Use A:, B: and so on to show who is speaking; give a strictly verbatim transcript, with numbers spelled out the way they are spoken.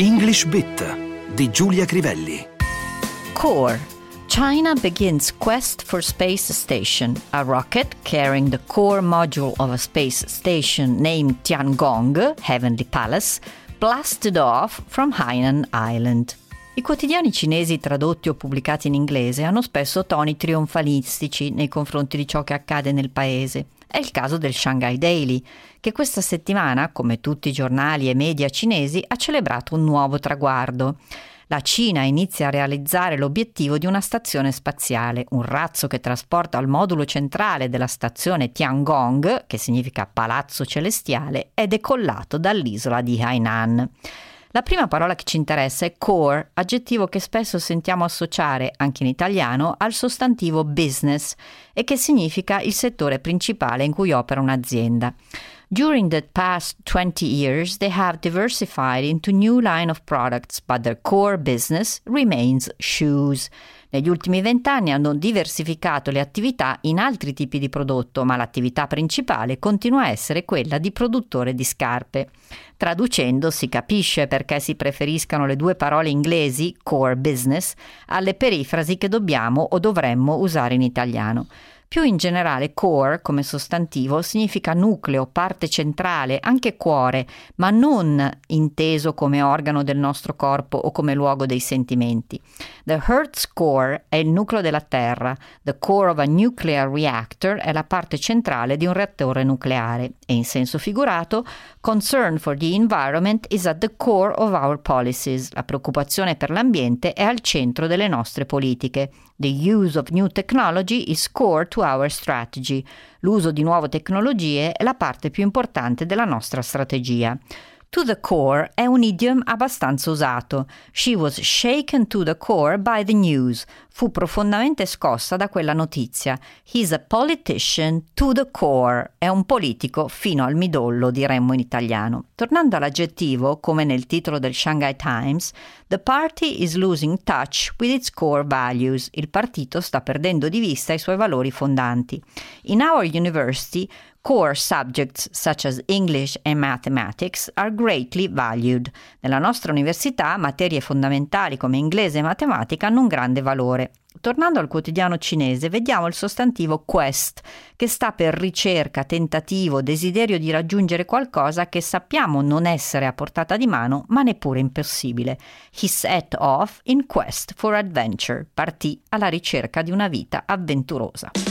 A: English Bit di Giulia Crivelli.
B: Core. China begins quest for space station. A rocket carrying the core module of a space station named Tiangong, Heavenly Palace, blasted off from Hainan Island. I quotidiani cinesi tradotti o pubblicati in inglese hanno spesso toni trionfalistici nei confronti di ciò che accade nel paese. È il caso del Shanghai Daily, che questa settimana, come tutti i giornali e media cinesi, ha celebrato un nuovo traguardo. La Cina inizia a realizzare l'obiettivo di una stazione spaziale, un razzo che trasporta al modulo centrale della stazione Tiangong, che significa Palazzo Celestiale, è decollato dall'isola di Hainan. La prima parola che ci interessa è core, aggettivo che spesso sentiamo associare, anche in italiano, al sostantivo business e che significa il settore principale in cui opera un'azienda. During the past twenty years, they have diversified into new line of products, but their core business remains shoes. Negli ultimi vent'anni hanno diversificato le attività in altri tipi di prodotto, ma l'attività principale continua a essere quella di produttore di scarpe. Traducendo si capisce perché si preferiscano le due parole inglesi, core business, alle perifrasi che dobbiamo o dovremmo usare in italiano. Più in generale, core, come sostantivo, significa nucleo, parte centrale, anche cuore, ma non inteso come organo del nostro corpo o come luogo dei sentimenti. The Earth's core è il nucleo della Terra. The core of a nuclear reactor è la parte centrale di un reattore nucleare. E in senso figurato, concern for the environment is at the core of our policies. La preoccupazione per l'ambiente è al centro delle nostre politiche. The use of new technology is core to our strategy. L'uso di nuove tecnologie è la parte più importante della nostra strategia. To the core è un idiom abbastanza usato. She was shaken to the core by the news. Fu profondamente scossa da quella notizia. He's a politician to the core. È un politico fino al midollo, diremmo in italiano. Tornando all'aggettivo, come nel titolo del Shanghai Times, the party is losing touch with its core values. Il partito sta perdendo di vista i suoi valori fondanti. In our university, core subjects such as English and mathematics are greatly valued. Nella nostra università, materie fondamentali come inglese e matematica hanno un grande valore. Tornando al quotidiano cinese, vediamo il sostantivo quest, che sta per ricerca, tentativo, desiderio di raggiungere qualcosa che sappiamo non essere a portata di mano, ma neppure impossibile. He set off in quest for adventure. Partì alla ricerca di una vita avventurosa.